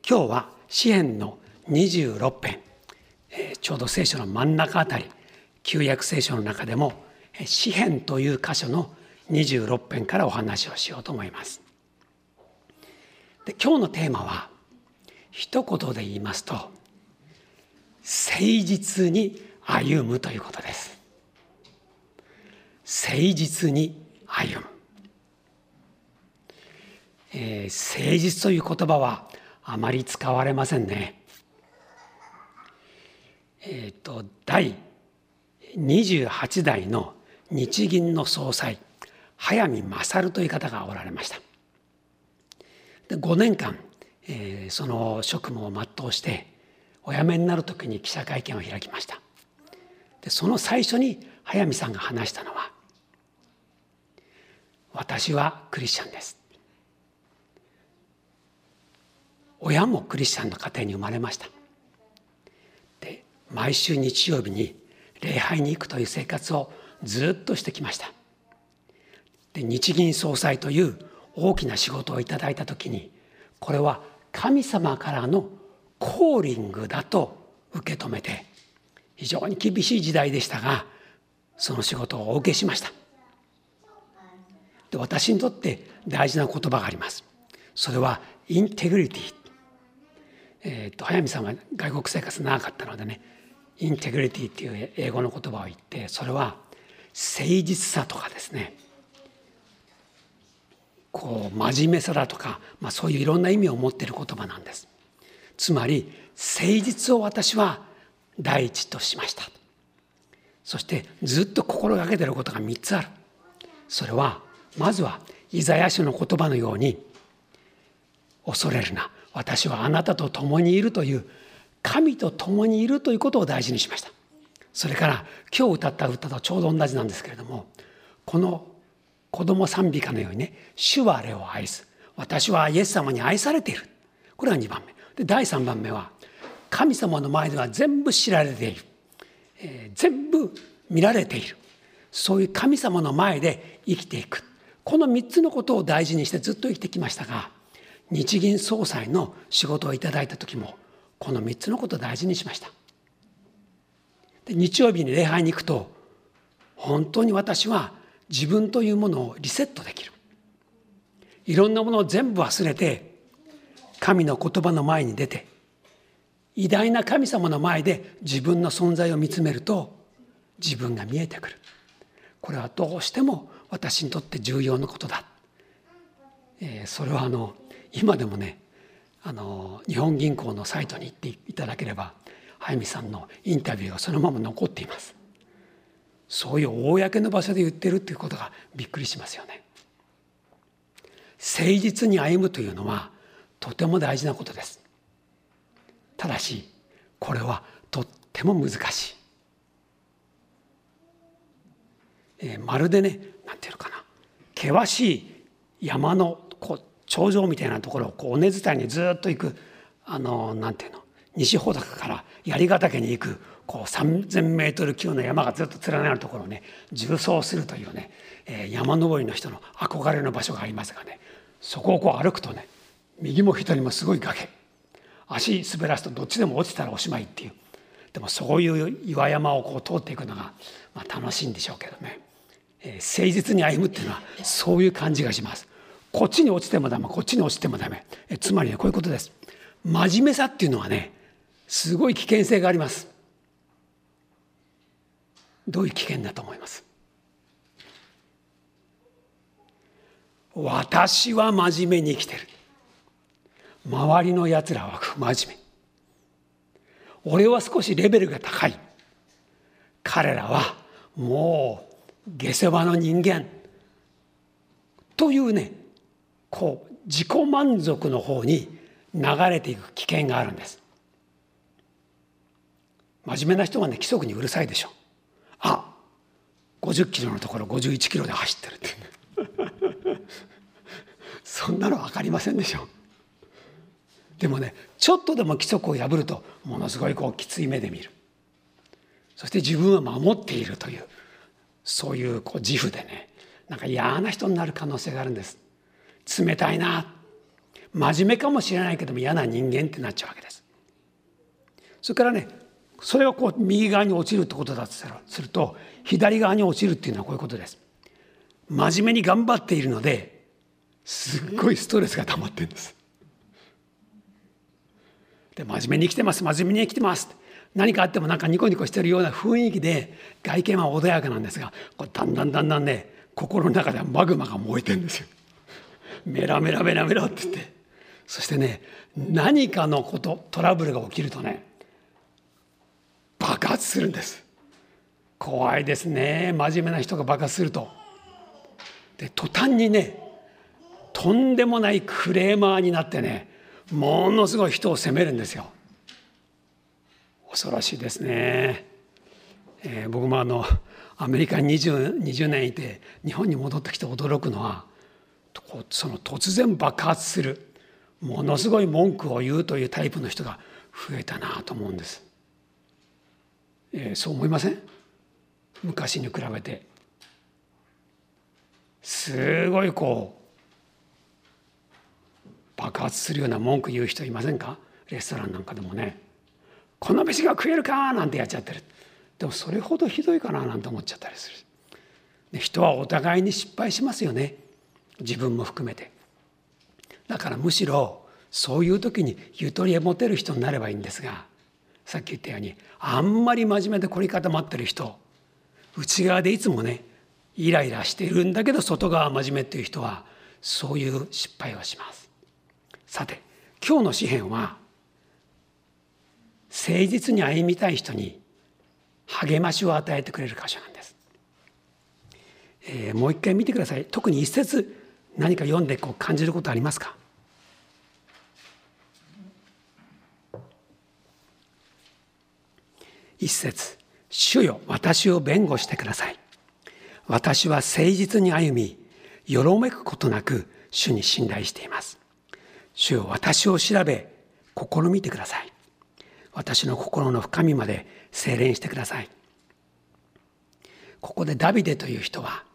今日は詩編の26編、ちょうど聖書の真ん中あたり、旧約聖書の中でも詩編という箇所の26編からお話をしようと思います。で、今日のテーマは一言で言いますと、誠実に歩むということです。誠実に歩む。誠実という言葉はあまり使われませんね。第28代の日銀の総裁、早見勝という方がおられました。で、5年間、その職務を全うしてお辞めになる時に記者会見を開きました。で、その最初に早見さんが話したのは、私はクリスチャンです。親もクリスチャンの家庭に生まれました。で、毎週日曜日に礼拝に行くという生活をずっとしてきました。で、日銀総裁という大きな仕事をいただいたときに、これは神様からのコーリングだと受け止めて、非常に厳しい時代でしたが、その仕事をお受けしました。で、私にとって大事な言葉があります。それはインテグリティ。早見さんは外国生活長かったのでね、インテグリティっていう英語の言葉を言って、それは誠実さとかですね、真面目さだとか、そういういろんな意味を持っている言葉なんです。つまり誠実を私は第一としました。そしてずっと心がけていることが3つある。それはまずはイザヤ書の言葉のように、恐れるな、私はあなたと共にいるという、神と共にいるということを大事にしました。それから今日歌った歌とちょうど同じなんですけれども、この子供賛美歌のようにね、主は我を愛す、私はイエス様に愛されている。これが2番目で、第3番目は神様の前では全部知られている、全部見られている、そういう神様の前で生きていく。この3つのことを大事にしてずっと生きてきましたが、日銀総裁の仕事をいただいた時もこの3つのことを大事にしました。で、日曜日に礼拝に行くと、本当に私は自分というものをリセットできる。いろんなものを全部忘れて、神の言葉の前に出て、偉大な神様の前で自分の存在を見つめると、自分が見えてくる。これはどうしても私にとって重要なことだ。それは今でもね、日本銀行のサイトに行っていただければ、早見さんのインタビューがそのまま残っています。そういう公の場所で言ってるということがびっくりしますよね。誠実に歩むというのはとても大事なことです。ただし、これはとっても難しい。まるでね、なんていうのかな、険しい山の頂上みたいなところを尾根伝いにずっと行く、なんていうの、西穂高から槍ヶ岳に行く3000メートル級の山がずっと連なるところをね、縦走するというね、山登りの人の憧れの場所がありますがね、そこを歩くとね、右も左もすごい崖、足滑らすとどっちでも落ちたらおしまいっていう。でもそういう岩山を通っていくのが、楽しいんでしょうけどね、誠実に歩むっていうのはそういう感じがします。こっちに落ちてもダメ、こっちに落ちてもダメ。つまりね、こういうことです。真面目さっていうのはね、すごい危険性があります。どういう危険だと思います？私は真面目に生きてる。周りのやつらは不真面目。俺は少しレベルが高い。彼らはもう下世話の人間。というね、自己満足の方に流れていく危険があるんです。真面目な人はね、規則にうるさいでしょ。50キロのところ51キロで走ってるってそんなの分かりませんでしょ。でもね、ちょっとでも規則を破るとものすごいきつい目で見る。そして自分は守っているという、そういう自負でね、なんか嫌な人になる可能性があるんです。冷たいな、 真面目かもしれないけども嫌な人間ってなっちゃうわけです。それからね、それがこう右側に落ちるってことだとすると、左側に落ちるっていうのはこういうことです。真面目に頑張っているのですっごいストレスが溜まってるんです。で、真面目に生きてます、真面目に生きてます、何かあってもなんかニコニコしてるような雰囲気で外見は穏やかなんですが、これだんだんね、心の中ではマグマが燃えてるんですよ。メラメラメラメラって言って、そしてね、何かのトラブルが起きるとね、爆発するんです。怖いですね、真面目な人が爆発すると。で、途端にね、とんでもないクレーマーになってね、ものすごい人を責めるんですよ。恐ろしいですね。僕もアメリカに20年いて日本に戻ってきて驚くのは、その突然爆発するものすごい文句を言うというタイプの人が増えたなと思うんです。そう思いません？昔に比べてすごい爆発するような文句言う人いませんか？レストランなんかでもね、この飯が食えるかなんてやっちゃってる。でもそれほどひどいかななんて思っちゃったりする。で、人はお互いに失敗しますよね、自分も含めて。だからむしろそういう時にゆとりを持てる人になればいいんですが、さっき言ったようにあんまり真面目で凝り固まってる人、内側でいつもねイライラしているんだけど外側は真面目っていう人はそういう失敗をします。さて、今日の詩編は誠実に歩みたい人に励ましを与えてくれる箇所なんです。もう一回見てください。特に一節何か読んで感じることありますか？一節、主よ、私を弁護してください。私は誠実に歩み、よろめくことなく主に信頼しています。主よ、私を調べ、試みてください。私の心の深みまで精錬してください。ここでダビデという人は、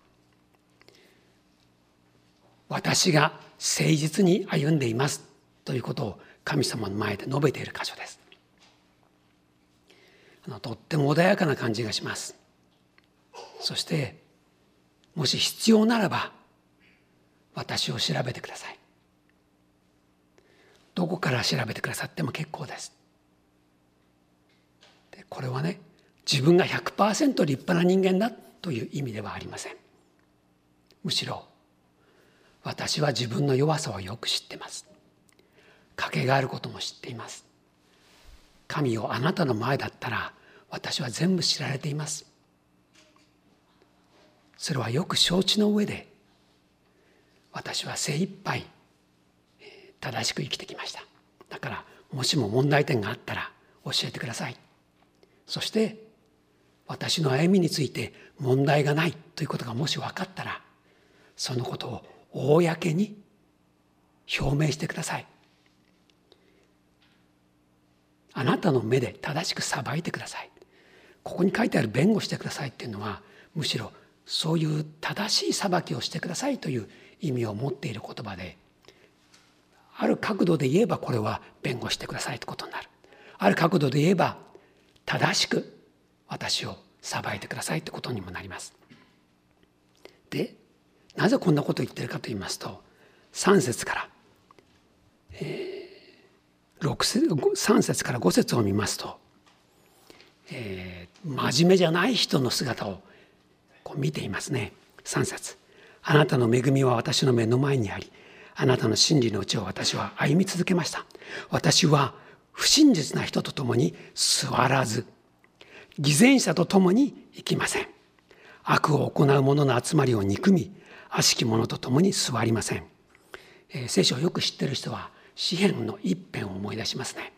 私が誠実に歩んでいますということを神様の前で述べている箇所です。とっても穏やかな感じがします。そしてもし必要ならば私を調べてください。どこから調べてくださっても結構です。で、これはね、自分が 100% 立派な人間だという意味ではありません。むしろ私は自分の弱さをよく知っています。欠けがあることも知っています。神よ、あなたの前だったら私は全部知られています。それはよく承知の上で私は精一杯正しく生きてきました。だからもしも問題点があったら教えてください。そして私の歩みについて問題がないということがもし分かったら、そのことを公に表明してください。あなたの目で正しく裁いてください。ここに書いてある弁護してくださいっていうのは、むしろそういう正しい裁きをしてくださいという意味を持っている言葉で、ある角度で言えばこれは弁護してくださいということになる。ある角度で言えば正しく私を裁いてくださいということにもなります。で、なぜこんなことを言っているかと言いますと、3節から3節から5節を見ますと、真面目じゃない人の姿を見ていますね。3節、あなたの恵みは私の目の前にあり、あなたの真理のうちを私は歩み続けました。私は不真実な人と共に座らず、偽善者と共に生きません。悪を行う者の集まりを憎み、悪しき者と共に座りません。聖書をよく知っている人は詩編の一編を思い出しますね。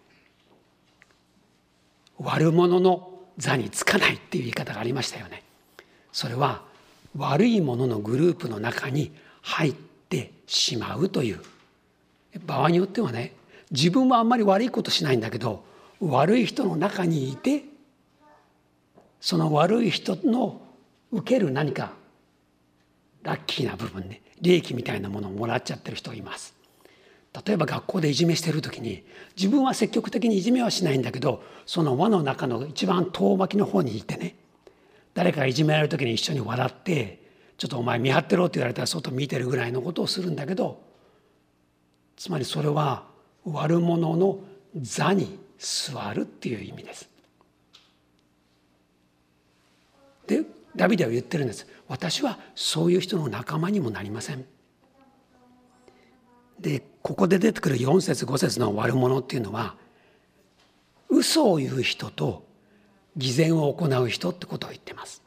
悪者の座につかないっていう言い方がありましたよね。それは悪い者のグループの中に入ってしまうという、場合によってはね、自分はあんまり悪いことしないんだけど、悪い人の中にいて、その悪い人の受ける何かラッキーな部分ね、利益みたいなものをもらっちゃってる人がいます。 例えば学校でいじめしてる時に自分は積極的にいじめはしないんだけど、その輪の中の一番遠巻きの方にいてね、誰かがいじめられる時に一緒に笑って「ちょっとお前見張ってろ」って言われたら外見てるぐらいのことをするんだけど、つまりそれは悪者の座に座るっていう意味です。でダビデは言ってるんです。私はそういう人の仲間にもなりません。でここで出てくる4節5節の悪者っていうのは、嘘を言う人と偽善を行う人ってことを言ってます。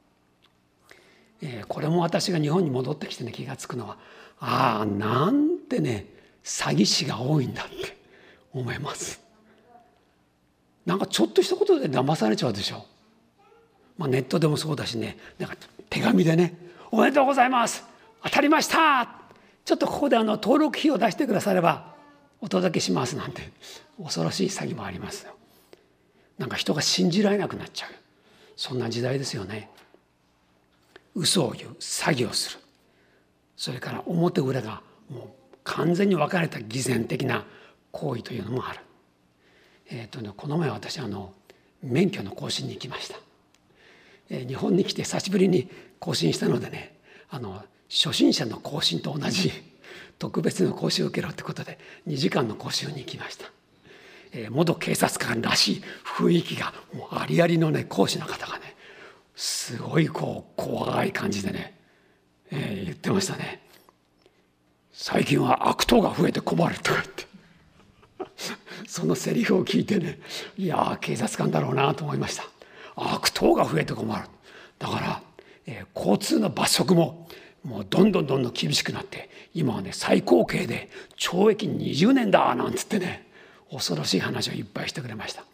これも私が日本に戻ってきてね気がつくのは、なんてね詐欺師が多いんだって思います。なんかちょっとしたことで騙されちゃうでしょ。ネットでもそうだしね、なんか手紙でね「おめでとうございます、当たりました、ちょっとここで登録費を出してくださればお届けします」なんて恐ろしい詐欺もありますよ。なんか人が信じられなくなっちゃう、そんな時代ですよね。嘘を言う、詐欺をする、それから表裏がもう完全に分かれた偽善的な行為というのもある。この前私免許の更新に行きました。日本に来て久しぶりに更新したのでね、初心者の講習と同じ特別の講習を受けろってことで2時間の講習に行きました。元警察官らしい雰囲気がもうありありのね講師の方がねすごい怖い感じでね、言ってましたね。最近は悪党が増えて困るとか言ってそのセリフを聞いてね、いや警察官だろうなと思いました。悪党が増えて困る。だから、交通の罰則ももうどんどん厳しくなって、今はね最高刑で懲役20年だなんつってね、恐ろしい話をいっぱいしてくれました。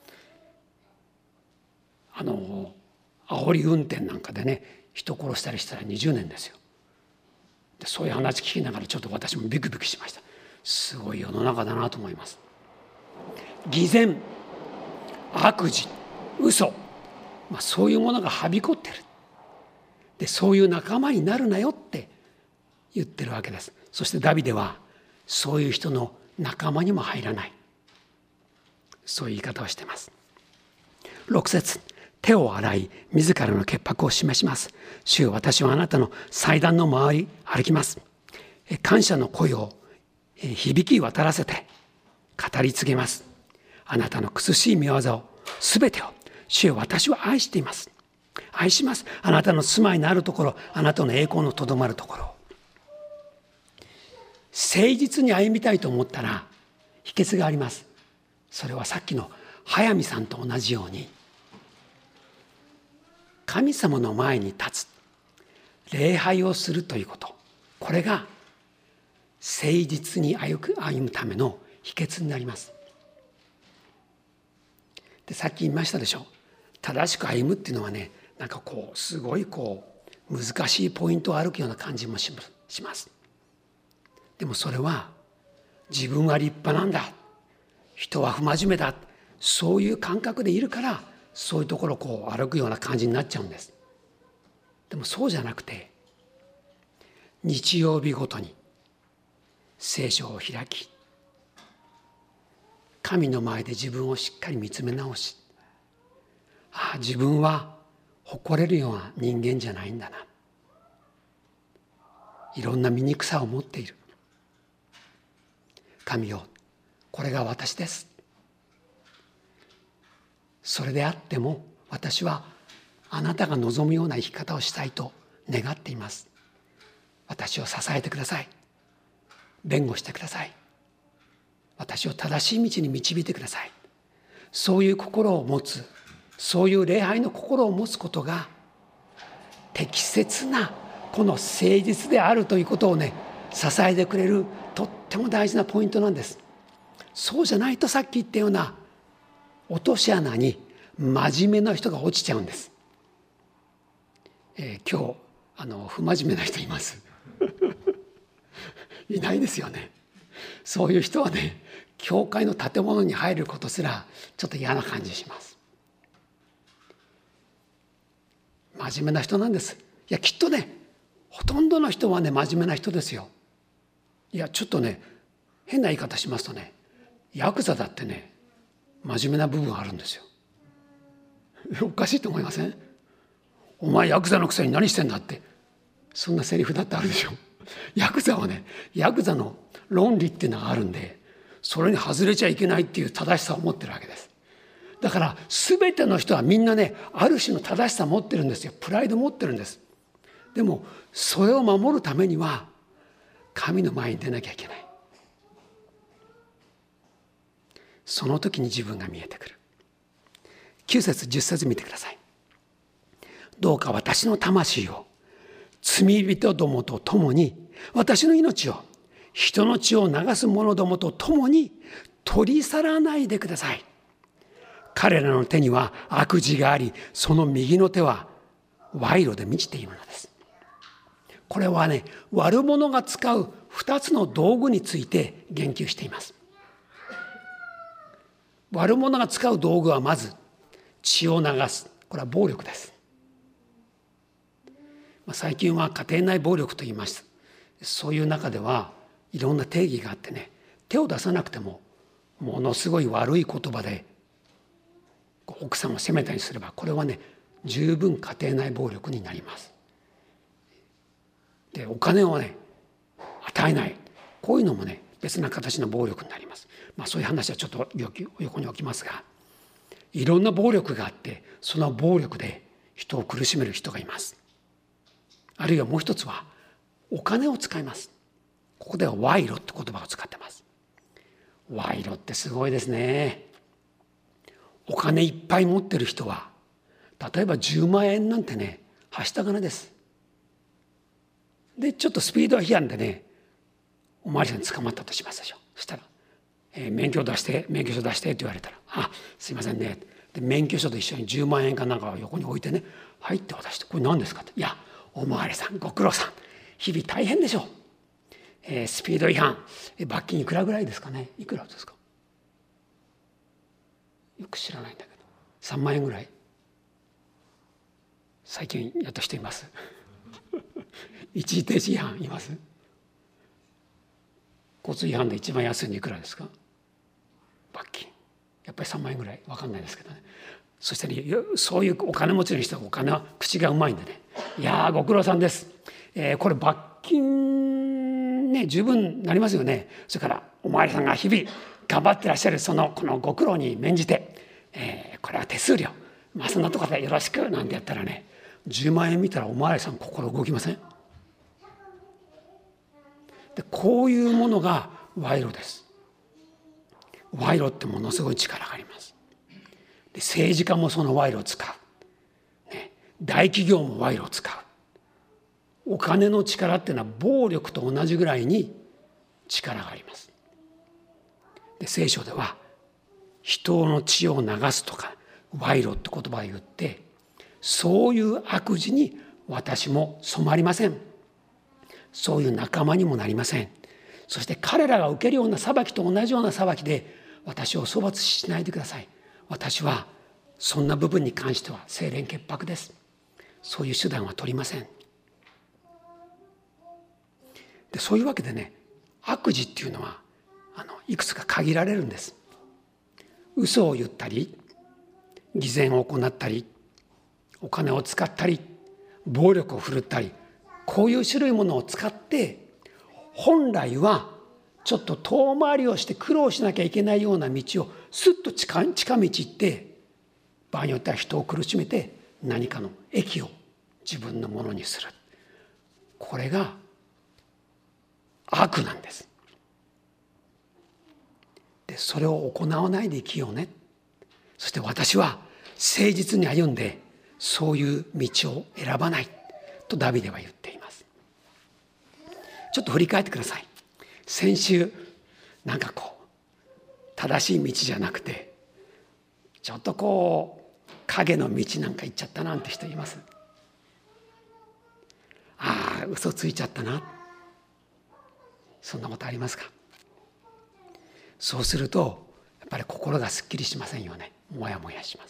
煽り運転なんかでね人殺したりしたら20年ですよ。でそういう話聞きながらちょっと私もビクビクしました。すごい世の中だなと思います。偽善、悪事、嘘、そういうものがはびこってる。でそういう仲間になるなよって言ってるわけです。そしてダビデはそういう人の仲間にも入らない、そういう言い方をしています。6節、手を洗い自らの潔白を示します。主よ、私はあなたの祭壇の周り歩きます。感謝の声を響き渡らせて語り継げます。あなたの苦しい御業をすべてを、主よ、私は愛しています。愛します。あなたの住まいのあるところ、あなたの栄光のとどまるところ。誠実に歩みたいと思ったら秘訣があります。それはさっきの速水さんと同じように、神様の前に立つ、礼拝をするということ、これが誠実に歩むための秘訣になります。でさっき言いましたでしょ、正しく歩むっていうのはね、なんかすごい難しいポイントを歩くような感じもします。でもそれは自分は立派なんだ、人は不真面目だ、そういう感覚でいるからそういうところを歩くような感じになっちゃうんです。でもそうじゃなくて、日曜日ごとに聖書を開き、神の前で自分をしっかり見つめ直し、自分は誇れるような人間じゃないんだな、いろんな醜さを持っている、神よ、これが私です、それであっても私はあなたが望むような生き方をしたいと願っています。私を支えてください、弁護してください、私を正しい道に導いてください。そういう心を持つ、そういう礼拝の心を持つことが適切なこの誠実であるということをね、支えてくれるとっても大事なポイントなんです。そうじゃないと、さっき言ったような落とし穴に真面目な人が落ちちゃうんです。今日不真面目な人いますいないですよね。そういう人はね、教会の建物に入ることすらちょっと嫌な感じします。真面目な人なんです。いやきっとね、ほとんどの人はね真面目な人ですよ。いやちょっとね、 変な言い方しますとね、ヤクザだってね、真面目な部分あるんですよ。おかしいと思いません？お前ヤクザのくせに何してんだって、そんなセリフだってあるでしょ。ヤクザはね、ヤクザの論理っていうのがあるんで、それに外れちゃいけないっていう正しさを持ってるわけです。だから全ての人はみんなね、ある種の正しさを持ってるんですよ。プライド持ってるんです。でもそれを守るためには神の前に出なきゃいけない。その時に自分が見えてくる。9節10節見てください。どうか私の魂を罪人どもと共に、私の命を人の血を流す者どもと共に取り去らないでください。彼らの手には悪事があり、その右の手は賄賂で満ちているのです。これはね、悪者が使う2つの道具について言及しています。悪者が使う道具はまず血を流す。これは暴力です。最近は家庭内暴力と言いました。そういう中ではいろんな定義があってね、手を出さなくてもものすごい悪い言葉で奥さんを責めたりすれば、これはね、十分家庭内暴力になります。で、お金をね、与えない。こういうのもね、別な形の暴力になります。そういう話はちょっと横に置きますが、いろんな暴力があって、その暴力で人を苦しめる人がいます。あるいはもう一つはお金を使います。ここでは賄賂って言葉を使ってます。賄賂ってすごいですね。お金いっぱい持ってる人は、例えば10万円なんてね、はした金です。でちょっとスピード違反でね、お巡りさんに捕まったとしますでしょ。そしたら、免許証出してって言われたら、すいませんね。で免許証と一緒に10万円かなんかを横に置いてね、入って渡して、これ何ですかって。いや、お巡りさんご苦労さん、日々大変でしょう。スピード違反、罰金いくらぐらいですかね。いくらですか。よく知らないんだけど、3万円ぐらい。最近やった人います。一時停止違反います。交通違反で一番安いのいくらですか。罰金やっぱり3万円ぐらい、分かんないですけどね。そしてね、そういうお金持ちの人はお金は口がうまいんでね、いやご苦労さんです、これ罰金ね十分なりますよね。それからお巡りさんが日々頑張ってらっしゃるこのご苦労に免じて、これは手数料、そんなところでよろしくなんてやったらね、10万円見たらお巡りさん心動きません？でこういうものが賄賂です。賄賂ってものすごい力があります。で政治家もその賄賂を使う、大企業も賄賂を使う。お金の力っていうのは暴力と同じぐらいに力があります。で聖書では人の血を流すとか賄賂って言葉を言って、そういう悪事に私も染まりません。そういう仲間にもなりません。そして彼らが受けるような裁きと同じような裁きで私を処罰しないでください。私はそんな部分に関しては清廉潔白です。そういう手段は取りません。でそういうわけでね、悪事っていうのはいくつか限られるんです。嘘を言ったり、偽善を行ったり、お金を使ったり、暴力を振るったり、こういう種類ものを使って本来はちょっと遠回りをして苦労しなきゃいけないような道をスッと近道行って、場合によっては人を苦しめて何かの益を自分のものにする。これが悪なんです。でそれを行わないで生きようね。そして私は誠実に歩んでそういう道を選ばないとダビデは言っています。ちょっと振り返ってください。先週正しい道じゃなくてちょっと影の道なんか行っちゃったなんて人います？嘘ついちゃったな、そんなことありますか？そうするとやっぱり心がすっきりしませんよね。もやもやします。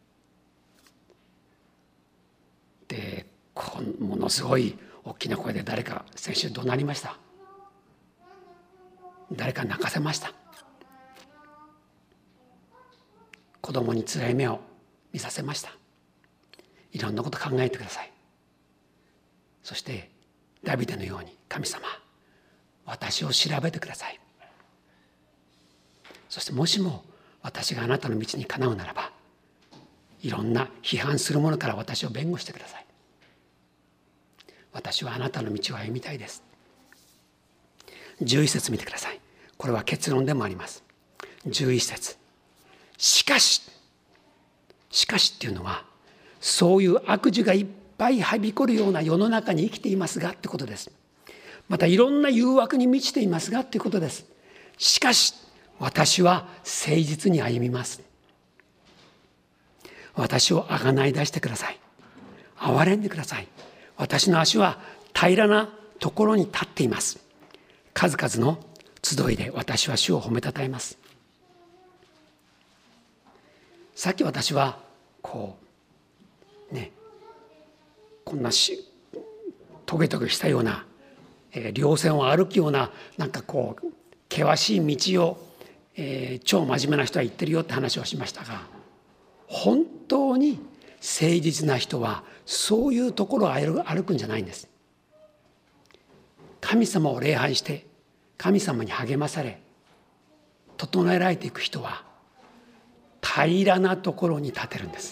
でものすごい大きな声で誰か先週怒鳴りました。 誰か泣かせました。子供に辛い目を見させました。いろんなこと考えてください。そしてダビデのように、神様、私を調べてください。そしてもしも私があなたの道にかなうならば、いろんな批判する者から私を弁護してください。私はあなたの道を歩みたいです。11節見てください。これは結論でもあります。11節。しかしっていうのは、そういう悪事がいっぱいはびこるような世の中に生きていますがってことです。またいろんな誘惑に満ちていますがっていうことです。しかし私は誠実に歩みます。私をあがない出してください。憐れんでください。私の足は平らなところに立っています。数々の集いで私は主を褒めたたえます。さっき私はこんなトゲトゲしたような、稜線を歩くような、なんかこう険しい道を、超真面目な人は言ってるよって話をしましたが、本当に誠実な人はそういうところを歩くんじゃないんです。神様を礼拝して神様に励まされ整えられていく人は平らなところに立てるんです。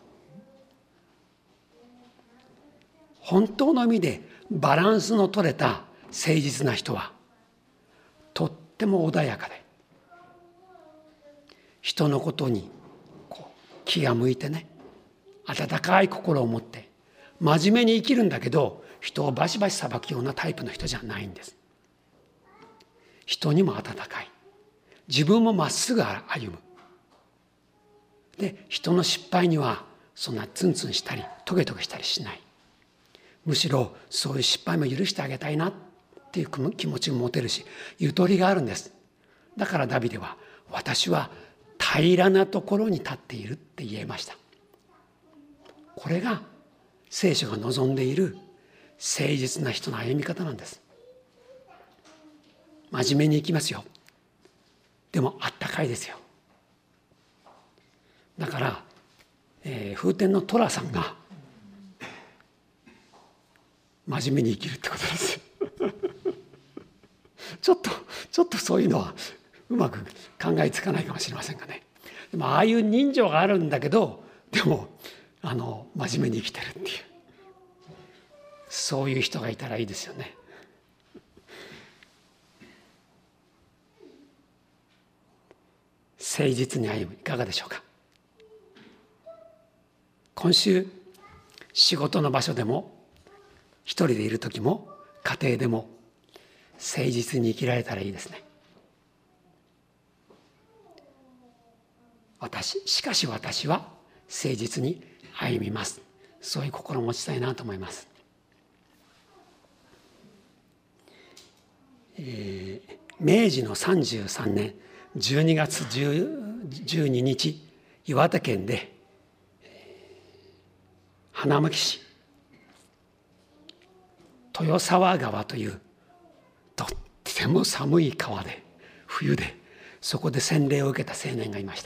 本当の意味でバランスの取れた誠実な人はとっても穏やかで、人のことに気が向いてね、温かい心を持って真面目に生きるんだけど、人をバシバシ裁くようなタイプの人じゃないんです。人にも温かい、自分もまっすぐ歩む。で、人の失敗にはそんなツンツンしたりトゲトゲしたりしない。むしろそういう失敗も許してあげたいなっていう気持ちも持てるし、ゆとりがあるんです。だからダビデは、私は平らなところに立っているって言えました。これが聖書が望んでいる誠実な人の歩み方なんです。真面目に生きますよ。でもあったかいですよ。だから、風天の寅さんが真面目に生きるってことです。ちょっとそういうのはうまく考えつかないかもしれませんがね。でもああいう人情があるんだけど、でも真面目に生きてるっていう、そういう人がいたらいいですよね。誠実に歩む、いかがでしょうか。今週仕事の場所でも一人でいる時も家庭でも誠実に生きられたらいいですね。しかし私は誠実に歩みます。そういう心を持ちたいなと思います。明治の33年12月12日、岩手県で花巻市豊沢川というとっても寒い川で、冬でそこで洗礼を受けた青年がいました。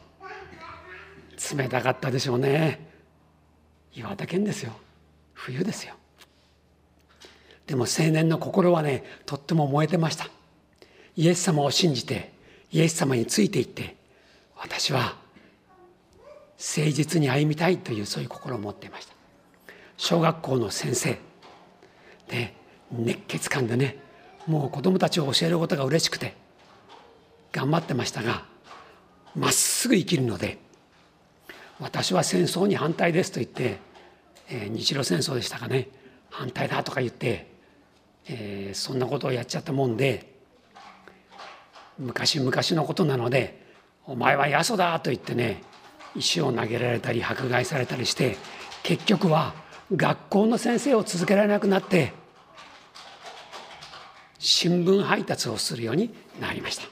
冷たかったでしょうね。岩手県ですよ、冬ですよ。でも青年の心はね、とっても燃えてました。イエス様を信じてイエス様についていって、私は誠実に歩みたいという、そういう心を持っていました。小学校の先生で熱血感でね、もう子どもたちを教えることが嬉しくて頑張ってましたが、まっすぐ生きるので、私は戦争に反対ですと言って、日露戦争でしたかね、反対だとか言って、そんなことをやっちゃったもんで、昔々のことなので、お前はよそだと言ってね、石を投げられたり迫害されたりして、結局は学校の先生を続けられなくなって新聞配達をするようになりました。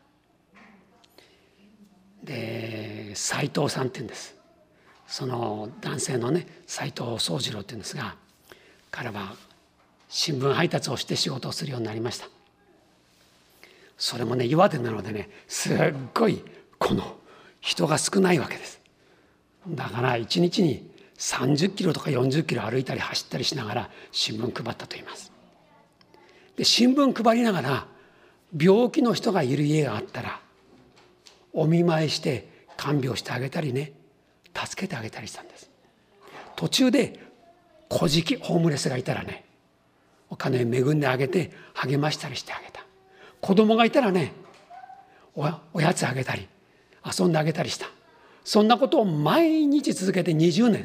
で、斉藤さんって言うんです。その男性のね、斉藤宗次郎って言うんですが、彼は新聞配達をして仕事をするようになりました。 それもね岩手なのでねすっごいこの人が少ないわけです。だから1日に30キロとか40キロ歩いたり走ったりしながら新聞配ったと言います。で新聞配りながら病気の人がいる家があったらお見舞いして看病してあげたりね助けてあげたりしたんです。途中で小じホームレスがいたらねお金恵んであげて励ましたりしてあげた。子供がいたらねおやつあげたり遊んであげたりした。そんなことを毎日続けて20年。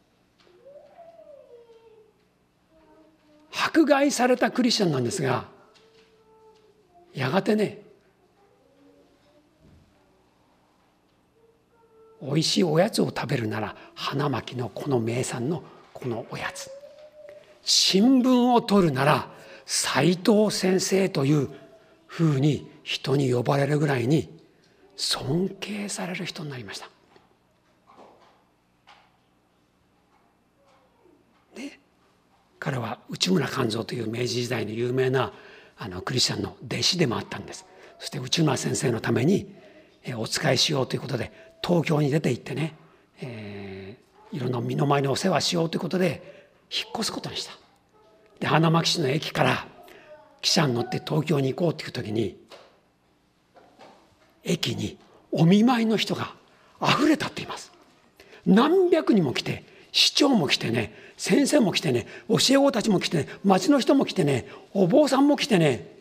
迫害されたクリスチャンなんですが、やがてねおいしいおやつを食べるなら花巻のこの名産のこのおやつ、新聞を取るなら斉藤先生というふうに人に呼ばれるぐらいに尊敬される人になりました。で彼は内村勘三という明治時代の有名なクリスチャンの弟子でもあったんです。そして内村先生のためにお仕えしようということで東京に出て行ってね、いろんな身の回りのお世話しようということで引っ越すことにした。で花巻市の駅から汽車に乗って東京に行こうという時に駅にお見舞いの人があふれたって言います。何百人も来て市長も来てね先生も来てね教え子たちも来てね町の人も来てねお坊さんも来てね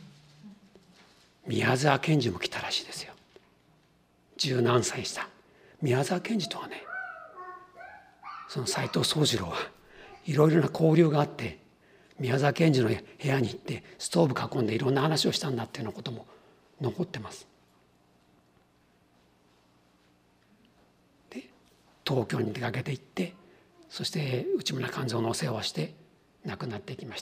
宮沢賢治も来たらしいですよ。十何歳した宮沢賢治とはねその斉藤宗次郎はいろいろな交流があって宮沢賢治の部屋に行ってストーブ囲んでいろんな話をしたんだっていうようなことも残ってます。で東京に出かけて行ってそして内村勘三のお世話をして亡くなっていきました。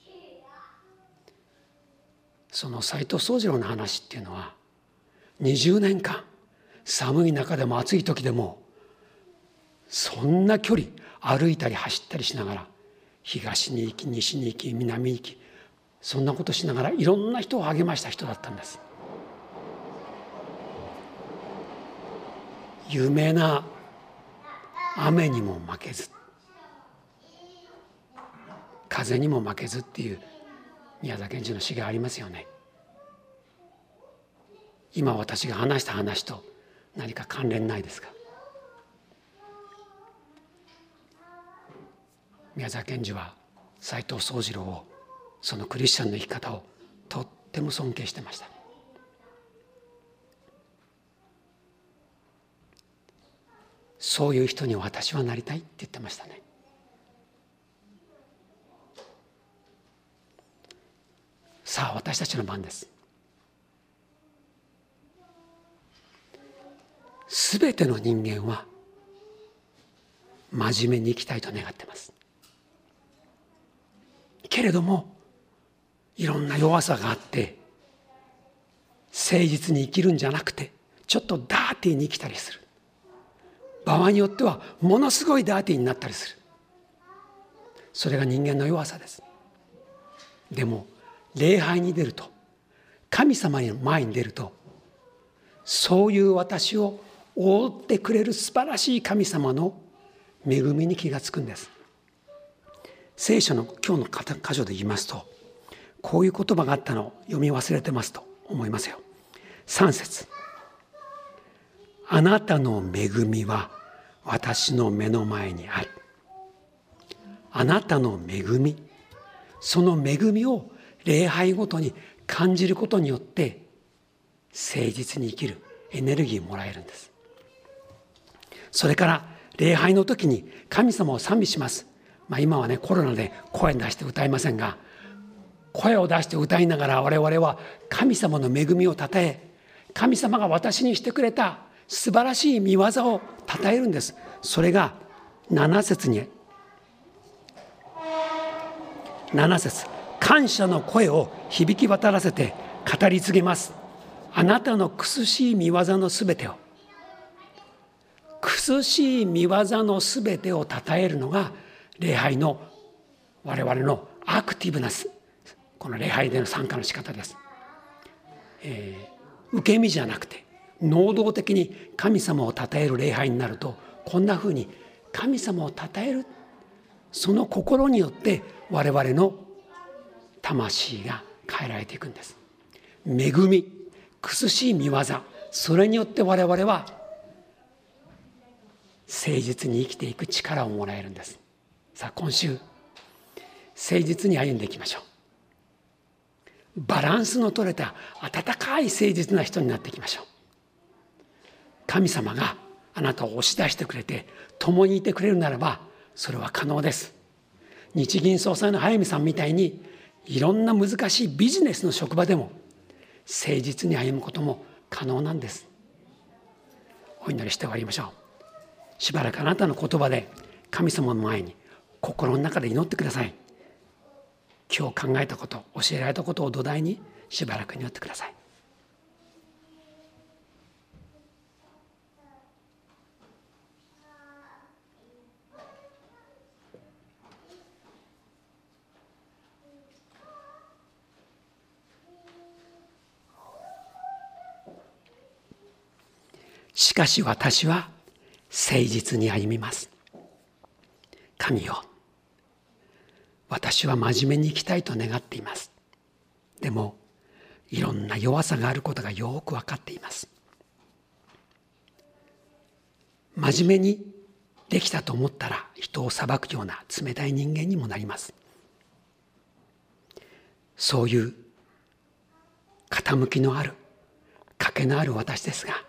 その斉藤宗次郎の話っていうのは20年間寒い中でも暑い時でもそんな距離歩いたり走ったりしながら東に行き西に行き南に行きそんなことしながらいろんな人を励ました人だったんです。有名な雨にも負けず風にも負けずっていう宮沢賢治の詩がありますよね。今私が話した話と何か関連ないですか？宮沢賢治は斉藤宗次郎をそのクリスチャンの生き方をとっても尊敬してました。そういう人に私はなりたいって言ってましたね。さあ私たちの番です。すべての人間は真面目に生きたいと願っています。けれどもいろんな弱さがあって誠実に生きるんじゃなくてちょっとダーティーに生きたりする。場合によってはものすごいダーティーになったりする。それが人間の弱さです。でも礼拝に出ると神様の前に出るとそういう私を覆ってくれる素晴らしい神様の恵みに気がつくんです。聖書の今日の箇所で言いますとこういう言葉があったのを読み忘れてますと思いますよ。3節、あなたの恵みは私の目の前にある。あなたの恵み、その恵みを礼拝ごとに感じることによって誠実に生きるエネルギーをもらえるんです。それから礼拝の時に神様を賛美します。今はねコロナで声出して歌いませんが声を出して歌いながら我々は神様の恵みをたたえ神様が私にしてくれた素晴らしい御業をたたえるんです。それが7節に7節、感謝の声を響き渡らせて語り継げます。あなたの苦しい御業のすべてを苦しい御業のすべてをたたえるのが礼拝の我々のアクティブなこの礼拝での参加の仕方です。 受け身じゃなくて能動的に神様を称える礼拝になると、こんなふうに神様を称えるその心によって我々の魂が変えられていくんです。恵み、苦しい御業、それによって我々は誠実に生きていく力をもらえるんです。さあ今週誠実に歩んでいきましょう。バランスの取れた温かい誠実な人になっていきましょう。神様があなたを押し出してくれて共にいてくれるならばそれは可能です。日銀総裁の早見さんみたいにいろんな難しいビジネスの職場でも誠実に歩むことも可能なんです。お祈りして終わりましょう。しばらくあなたの言葉で神様の前に心の中で祈ってください。今日考えたこと、教えられたことを土台にしばらく祈ってください。しかし私は誠実に歩みます。神よ、私は真面目に生きたいと願っています。でもいろんな弱さがあることがよく分かっています。真面目にできたと思ったら人を裁くような冷たい人間にもなります。そういう傾きのある賭けのある私ですが、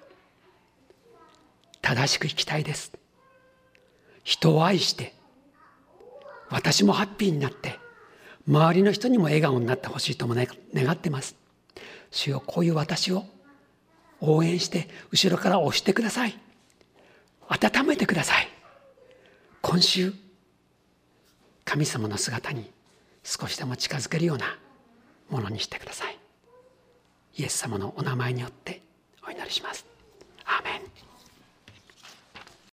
正しく生きたいです。人を愛して私もハッピーになって周りの人にも笑顔になってほしいとも願ってます。主よ、こういう私を応援して後ろから押してください。温めてください。今週神様の姿に少しでも近づけるようなものにしてください。イエス様のお名前によってお祈りします。